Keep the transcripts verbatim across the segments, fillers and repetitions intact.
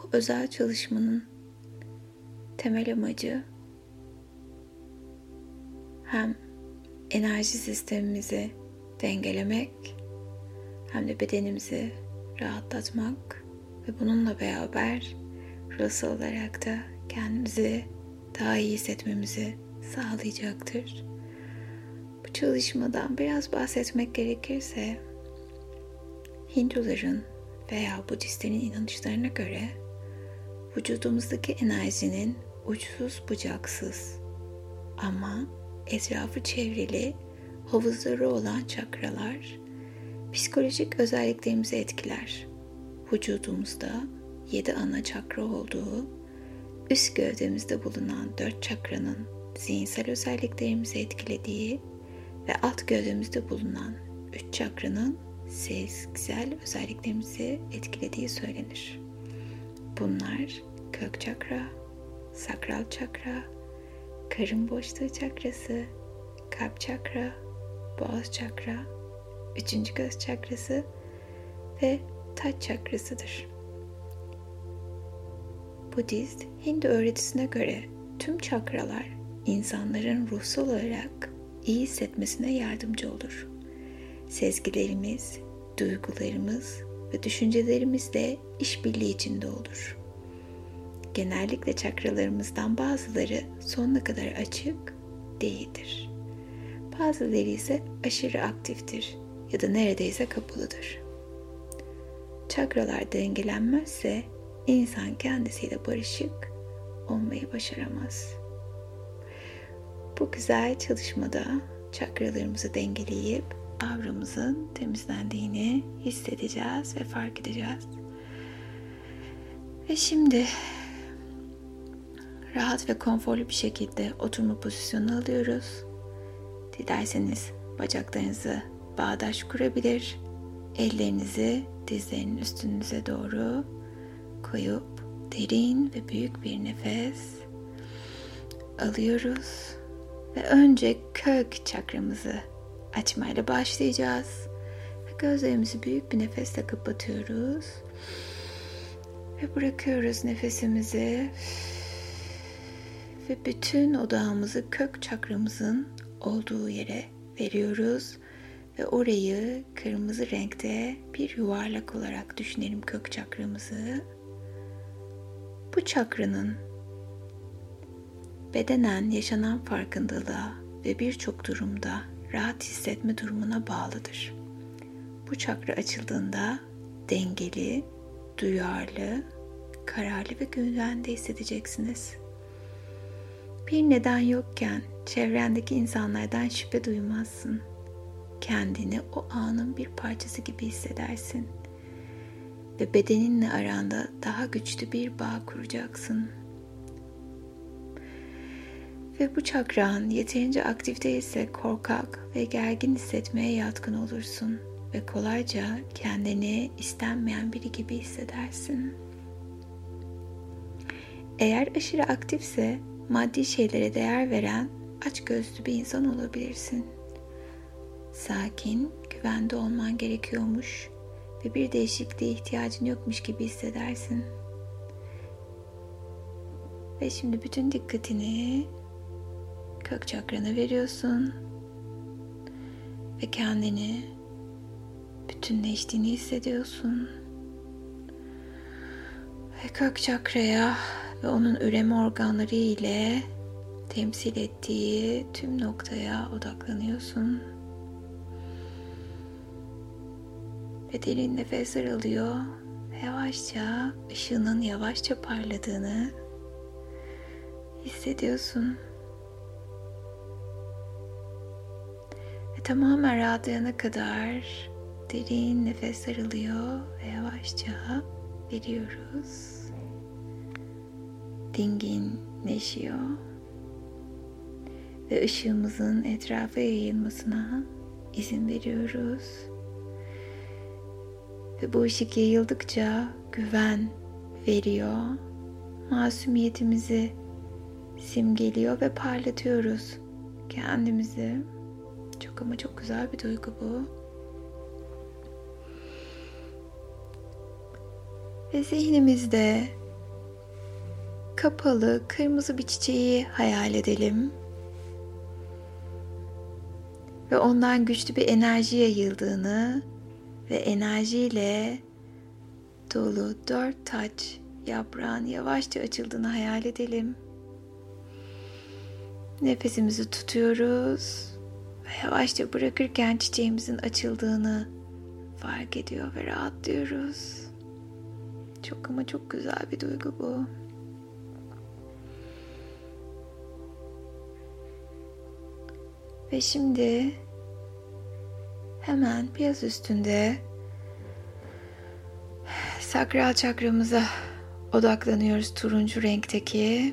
özel çalışmanın temel amacı hem enerji sistemimizi dengelemek hem de bedenimizi rahatlatmak ve bununla beraber ruhsal olarak da kendimizi daha iyi hissetmemizi sağlayacaktır. Bu çalışmadan biraz bahsetmek gerekirse, Hinduların veya Budistlerin inanışlarına göre vücudumuzdaki enerjinin uçsuz bucaksız ama etrafı çevrili havuzları olan çakralar psikolojik özelliklerimizi etkiler. Vücudumuzda yedi ana çakra olduğu, üst gövdemizde bulunan dört çakranın zihinsel özelliklerimizi etkilediği ve alt gövdemizde bulunan üç çakranın sezgisel özelliklerimizi etkilediği söylenir. Bunlar kök çakra, sakral çakra, karın boşluğu çakrası, kalp çakra, boğaz çakra, üçüncü göz çakrası ve taç çakrasıdır. Budist, Hindu öğretisine göre tüm çakralar insanların ruhsal olarak iyi hissetmesine yardımcı olur. Sezgilerimiz, duygularımız ve düşüncelerimiz de işbirliği içinde olur. Genellikle çakralarımızdan bazıları sonuna kadar açık değildir. Bazıları ise aşırı aktiftir ya da neredeyse kapalıdır. Çakralar dengelenmezse insan kendisiyle barışık olmayı başaramaz. Bu güzel çalışmada çakralarımızı dengeleyip auramızın temizlendiğini hissedeceğiz ve fark edeceğiz. Ve şimdi rahat ve konforlu bir şekilde oturma pozisyonu alıyoruz. Dilerseniz bacaklarınızı bağdaş kurabilir, ellerinizi dizlerinin üstünüze doğru koyup derin ve büyük bir nefes alıyoruz. Ve önce kök çakramızı açmayla başlayacağız. Ve gözlerimizi büyük bir nefesle kapatıyoruz. Ve bırakıyoruz nefesimizi. Ve bütün odağımızı kök çakramızın olduğu yere veriyoruz. Ve orayı kırmızı renkte bir yuvarlak olarak düşünelim kök çakramızı. Bu çakranın bedenen yaşanan farkındalığa ve birçok durumda rahat hissetme durumuna bağlıdır. Bu çakra açıldığında dengeli, duyarlı, kararlı ve güvende hissedeceksiniz. Bir neden yokken çevrendeki insanlardan şüphe duymazsın. Kendini o anın bir parçası gibi hissedersin. Ve bedeninle aranda daha güçlü bir bağ kuracaksın. Ve bu çakran yeterince aktif değilse korkak ve gergin hissetmeye yatkın olursun. Ve kolayca kendini istenmeyen biri gibi hissedersin. Eğer aşırı aktifse maddi şeylere değer veren açgözlü bir insan olabilirsin. Sakin, güvende olman gerekiyormuş ve bir değişikliğe ihtiyacın yokmuş gibi hissedersin. Ve şimdi bütün dikkatini kök çakrana veriyorsun ve kendini bütünleştiğini hissediyorsun. Ve kök çakraya ve onun üreme organları ile temsil ettiği tüm noktaya odaklanıyorsun. Ve derin nefesler alıyor ve yavaşça ışığının yavaşça parladığını hissediyorsun. Ve tamamen rahatlayana kadar derin nefesler alıyor ve yavaşça veriyoruz. Dinginleşiyor. Ve ışığımızın etrafa yayılmasına izin veriyoruz. Ve bu ışık yayıldıkça güven veriyor. Masumiyetimizi simgeliyor ve parlatıyoruz kendimizi. Çok ama çok güzel bir duygu bu. Ve zihnimizde kapalı kırmızı bir çiçeği hayal edelim. Ve ondan güçlü bir enerji yayıldığını ve enerjiyle dolu dört taç yaprağın yavaşça açıldığını hayal edelim. Nefesimizi tutuyoruz ve yavaşça bırakırken çiçeğimizin açıldığını fark ediyor ve rahatlıyoruz. Çok ama çok güzel bir duygu bu. Ve şimdi hemen biraz üstünde sakral çakramıza odaklanıyoruz, turuncu renkteki.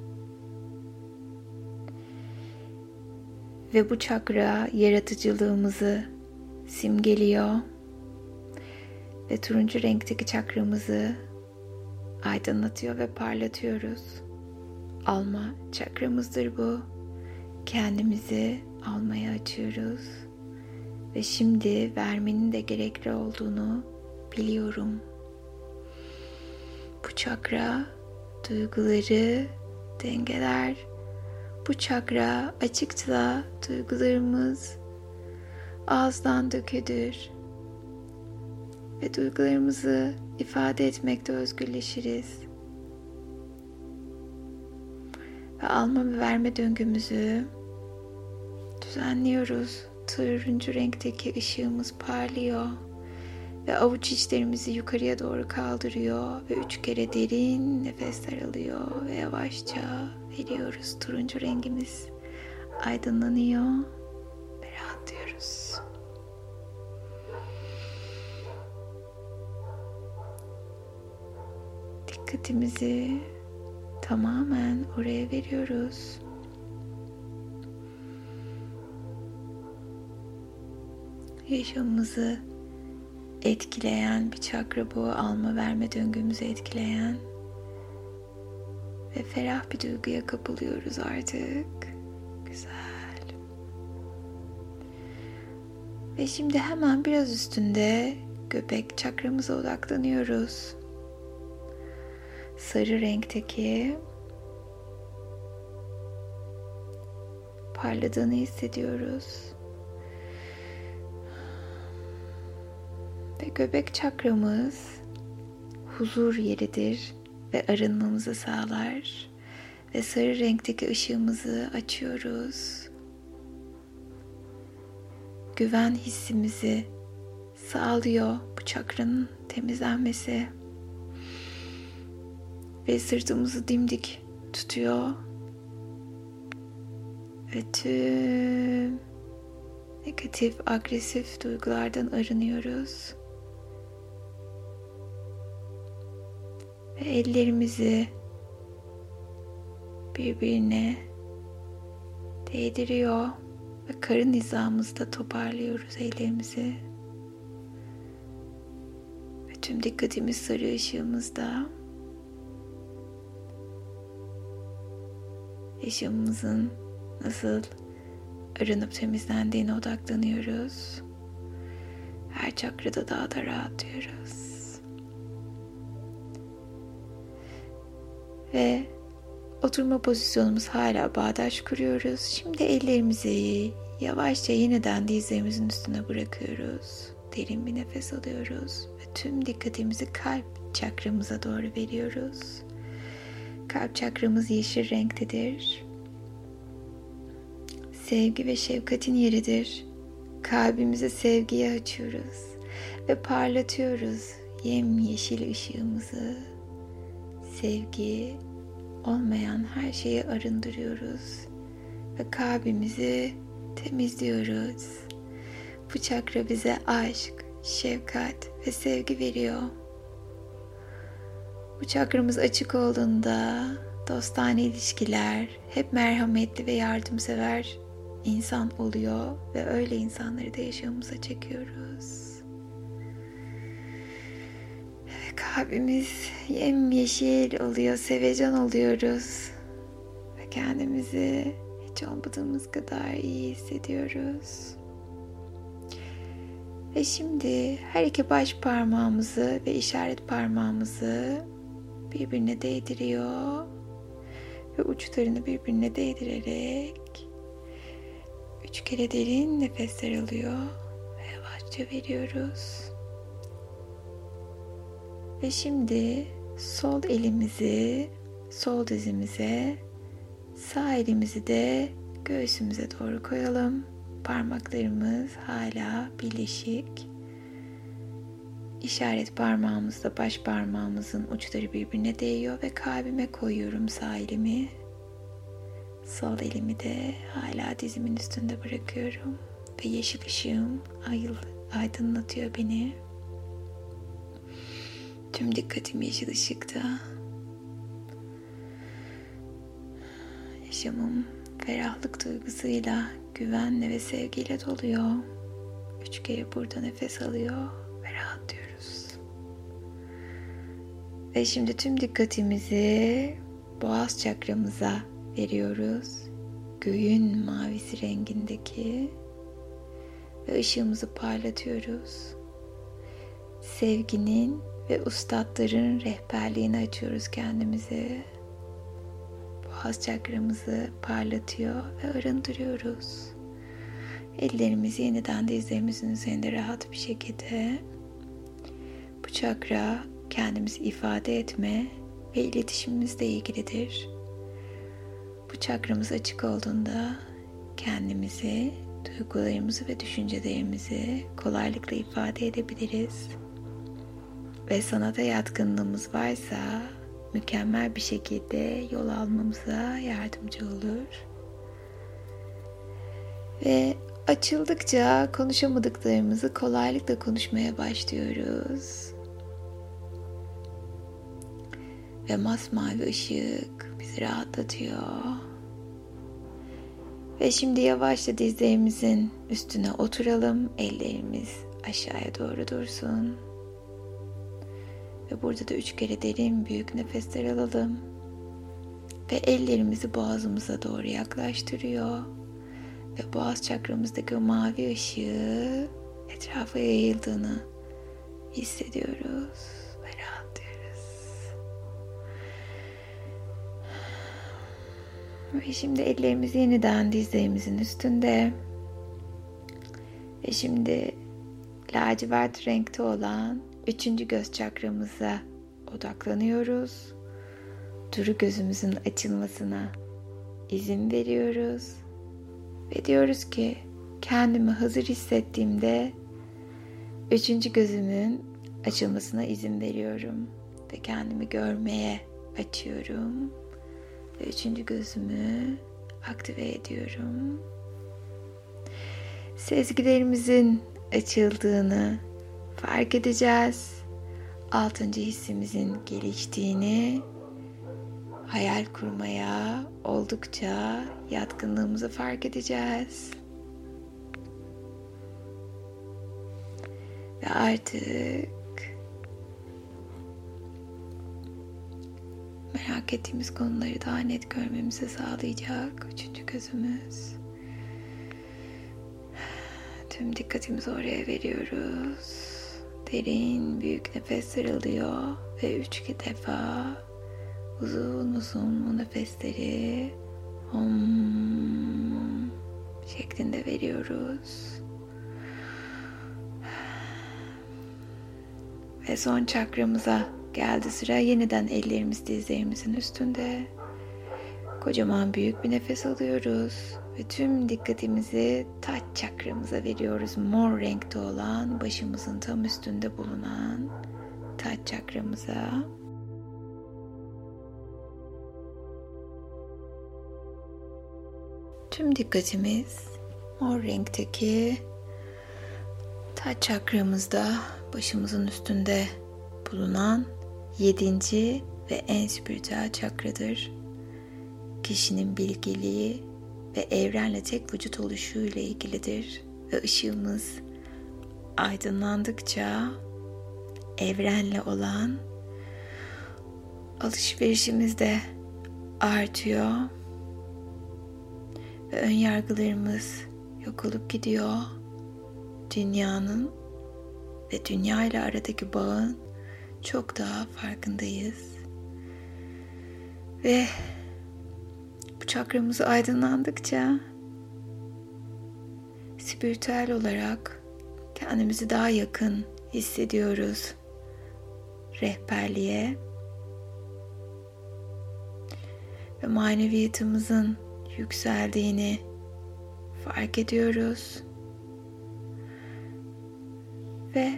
Ve bu çakra yaratıcılığımızı simgeliyor. Ve turuncu renkteki çakramızı aydınlatıyor ve parlatıyoruz. Alma çakramızdır bu. Kendimizi almaya açıyoruz. Ve şimdi vermenin de gerekli olduğunu biliyorum. Bu çakra duyguları dengeler. Bu çakra açıkça duygularımız ağızdan dökülür. Ve duygularımızı ifade etmekte özgürleşiriz. Ve alma ve verme döngümüzü düzenliyoruz. Turuncu renkteki ışığımız parlıyor. Ve avuç içlerimizi yukarıya doğru kaldırıyor. Ve üç kere derin nefesler alıyor. Ve yavaşça veriyoruz. Turuncu rengimiz aydınlanıyor. Ve rahatlıyoruz. Dikkatimizi tamamen oraya veriyoruz. Yaşamımızı etkileyen bir çakra bu, alma verme döngümüzü etkileyen ve ferah bir duyguya kapılıyoruz artık. Güzel. Ve şimdi hemen biraz üstünde göbek çakramıza odaklanıyoruz. Sarı renkteki parladığını hissediyoruz. Ve göbek çakramız huzur yeridir ve arınmamızı sağlar. Ve sarı renkteki ışığımızı açıyoruz. Güven hissimizi sağlıyor bu çakranın temizlenmesi. Ve sırtımızı dimdik tutuyor. Ve tüm negatif, agresif duygulardan arınıyoruz. Ve ellerimizi birbirine değdiriyor. Ve karın hizamızda toparlıyoruz ellerimizi. Ve tüm dikkatimiz sarı ışığımızda. Yaşamımızın nasıl arınıp temizlendiğine odaklanıyoruz. Her çakrada daha da rahatlıyoruz. Ve oturma pozisyonumuz hala bağdaş kuruyoruz. Şimdi ellerimizi yavaşça yeniden dizlerimizin üstüne bırakıyoruz. Derin bir nefes alıyoruz ve tüm dikkatimizi kalp çakramıza doğru veriyoruz. Kalp çakramız yeşil renktedir. Sevgi ve şefkatin yeridir. Kalbimizi sevgiye açıyoruz ve parlatıyoruz yemyeşil ışığımızı. Sevgi olmayan her şeyi arındırıyoruz ve kalbimizi temizliyoruz. Bu çakra bize aşk, şefkat ve sevgi veriyor. Bu çakramız açık olduğunda dostane ilişkiler, hep merhametli ve yardımsever insan oluyor ve öyle insanları da yaşamımıza çekiyoruz. Ve kalbimiz yemyeşil oluyor, sevecen oluyoruz ve kendimizi hiç olmadığımız kadar iyi hissediyoruz. Ve şimdi her iki baş parmağımızı ve işaret parmağımızı birbirine değdiriyor ve uçlarını birbirine değdirerek üç kere derin nefesler alıyor ve yavaşça veriyoruz. Ve şimdi sol elimizi sol dizimize, sağ elimizi de göğsümüze doğru koyalım. Parmaklarımız hala birleşik. İşaret parmağımızla baş parmağımızın uçları birbirine değiyor ve kalbime koyuyorum sağ elimi. Sol elimi de hala dizimin üstünde bırakıyorum ve yeşil ışığım aydınlatıyor beni. Tüm dikkatim yeşil ışıkta. Yaşamım ferahlık duygusuyla, güvenle ve sevgiyle doluyor. Üç kere burada nefes alıyor ve rahatlıyoruz. Ve şimdi tüm dikkatimizi boğaz çakramıza veriyoruz. Göğün mavisi rengindeki ve ışığımızı parlatıyoruz. Sevginin ve ustadların rehberliğini açıyoruz kendimize. Boğaz çakramızı parlatıyor ve arındırıyoruz. Ellerimizi yeniden dizlerimizin üzerinde rahat bir şekilde. Bu çakra kendimizi ifade etme ve iletişimimizle ilgilidir. Bu çakramız açık olduğunda kendimizi, duygularımızı ve düşüncelerimizi kolaylıkla ifade edebiliriz. Ve sanata yatkınlığımız varsa mükemmel bir şekilde yol almamıza yardımcı olur. Ve açıldıkça konuşamadıklarımızı kolaylıkla konuşmaya başlıyoruz. Ve masmavi ışık bizi rahatlatıyor. Ve şimdi yavaşça dizlerimizin üstüne oturalım. Ellerimiz aşağıya doğru dursun. Ve burada da üç kere derin büyük nefesler alalım. Ve ellerimizi boğazımıza doğru yaklaştırıyor. Ve boğaz çakramızdaki o mavi ışığı etrafa yayıldığını hissediyoruz ve rahatlıyoruz. Ve şimdi ellerimiz yeniden dizlerimizin üstünde. Ve şimdi lacivert renkte olan üçüncü göz çakramıza odaklanıyoruz. Duru gözümüzün açılmasına izin veriyoruz. Ve diyoruz ki kendimi hazır hissettiğimde üçüncü gözümün açılmasına izin veriyorum. Ve kendimi görmeye açıyorum. Ve üçüncü gözümü aktive ediyorum. Sezgilerimizin açıldığını fark edeceğiz. Altıncı hissimizin geliştiğini, hayal kurmaya oldukça yatkınlığımızı fark edeceğiz. Ve artık merak ettiğimiz konuları daha net görmemizi sağlayacak üçüncü gözümüz. Tüm dikkatimizi oraya veriyoruz. Derin büyük nefesler alıyor ve üç defa uzun uzun bu nefesleri om şeklinde veriyoruz. Ve son çakramıza geldi sıra. Yeniden ellerimiz dizlerimizin üstünde. Kocaman büyük bir nefes alıyoruz. Ve tüm dikkatimizi taç çakramıza veriyoruz. Mor renkte olan, başımızın tam üstünde bulunan taç çakramıza. Tüm dikkatimiz mor renkteki taç çakramızda, başımızın üstünde bulunan yedinci ve en spiritüel çakradır. Kişinin bilgeliği ve evrenle tek vücut oluşuyla ilgilidir. Ve ışığımız aydınlandıkça evrenle olan alışverişimiz de artıyor. Ve ön yargılarımız yok olup gidiyor. Dünyanın ve dünya ile aradaki bağın çok daha farkındayız. Ve çakramız aydınlandıkça spiritüel olarak kendimizi daha yakın hissediyoruz rehberliğe ve maneviyatımızın yükseldiğini fark ediyoruz ve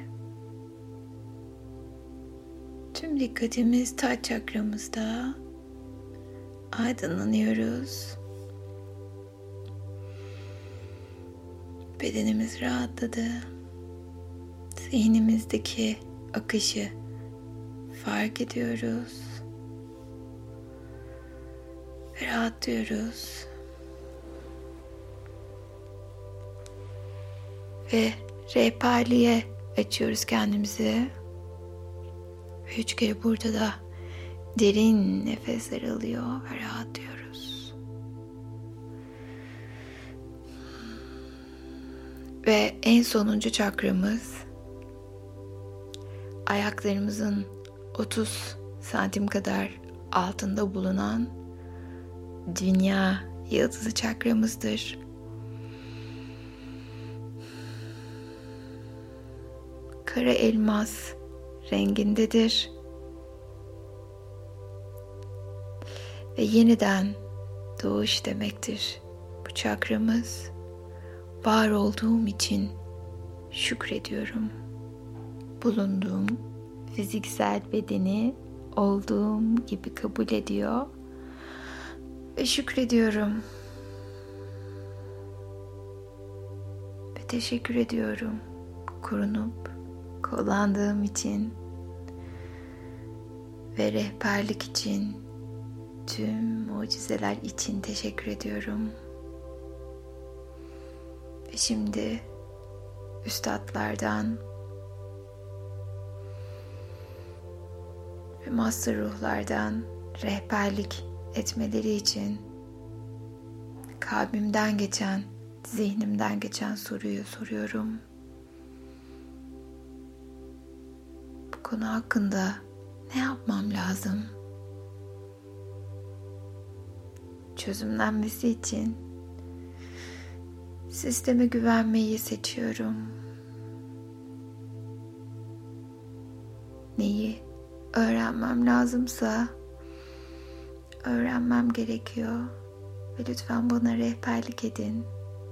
tüm dikkatimiz taç çakramızda, aydınlanıyoruz. Bedenimiz rahatladı. Zihnimizdeki akışı fark ediyoruz. Ve rahatlıyoruz. Ve rehberliğe açıyoruz kendimizi. Ve üç kere burada da derin nefesler alıyor ve rahatlıyoruz. Ve en sonuncu çakramız ayaklarımızın otuz santim kadar altında bulunan dünya yıldızı çakramızdır. Kara elmas rengindedir. Ve yeniden doğuş demektir. Bu çakramız, var olduğum için şükrediyorum. Bulunduğum fiziksel bedeni olduğum gibi kabul ediyor ve şükrediyorum. Ve teşekkür ediyorum korunup kollandığım için ve rehberlik için, tüm mucizeler için teşekkür ediyorum. Ve şimdi üstadlardan ve master ruhlardan rehberlik etmeleri için kalbimden geçen, zihnimden geçen soruyu soruyorum. Bu konu hakkında ne yapmam lazım? Çözümlenmesi için sisteme güvenmeyi seçiyorum. Neyi öğrenmem lazımsa öğrenmem gerekiyor ve lütfen bana rehberlik edin.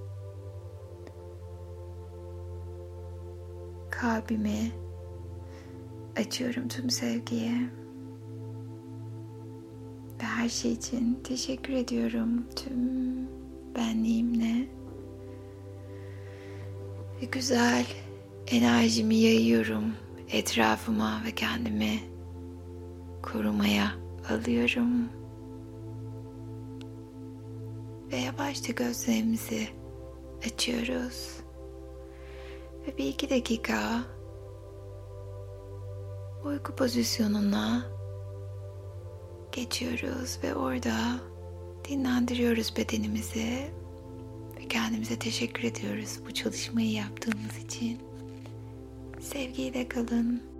Kalbimi açıyorum tüm sevgiye ve her şey için teşekkür ediyorum tüm benliğimle ve güzel enerjimi yayıyorum etrafıma ve kendimi korumaya alıyorum. Ve yavaşça gözlerimizi açıyoruz. Ve bir iki dakika uyku pozisyonuna geçiyoruz ve orada dinlendiriyoruz bedenimizi ve kendimize teşekkür ediyoruz bu çalışmayı yaptığımız için. Sevgiyle kalın.